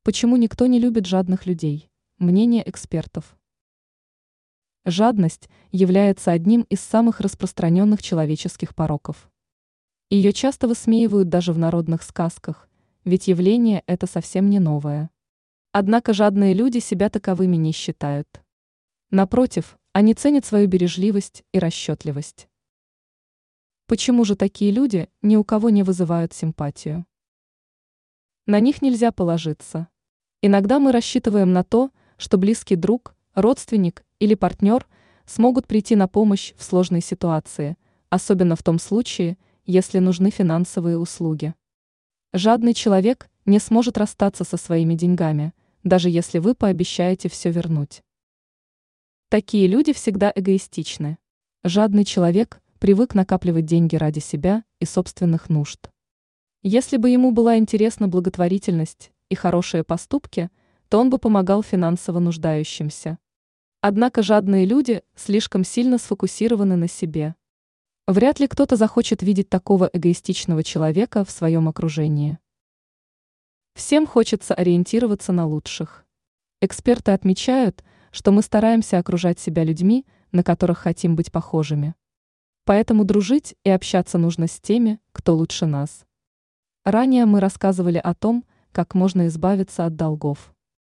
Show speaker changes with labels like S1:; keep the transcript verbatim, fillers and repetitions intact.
S1: Почему никто не любит жадных людей? Мнение экспертов. Жадность является одним из самых распространенных человеческих пороков. Ее часто высмеивают даже в народных сказках, ведь явление это совсем не новое. Однако жадные люди себя таковыми не считают. Напротив, они ценят свою бережливость и расчетливость. Почему же такие люди ни у кого не вызывают симпатию? На них нельзя положиться. Иногда мы рассчитываем на то, что близкий друг, родственник или партнер смогут прийти на помощь в сложной ситуации, особенно в том случае, если нужны финансовые услуги. Жадный человек не сможет расстаться со своими деньгами, даже если вы пообещаете все вернуть. Такие люди всегда эгоистичны. Жадный человек привык накапливать деньги ради себя и собственных нужд. Если бы ему была интересна благотворительность и хорошие поступки, то он бы помогал финансово нуждающимся. Однако жадные люди слишком сильно сфокусированы на себе. Вряд ли кто-то захочет видеть такого эгоистичного человека в своем окружении. Всем хочется ориентироваться на лучших. Эксперты отмечают, что мы стараемся окружать себя людьми, на которых хотим быть похожими. Поэтому дружить и общаться нужно с теми, кто лучше нас. Ранее мы рассказывали о том, как можно избавиться от долгов.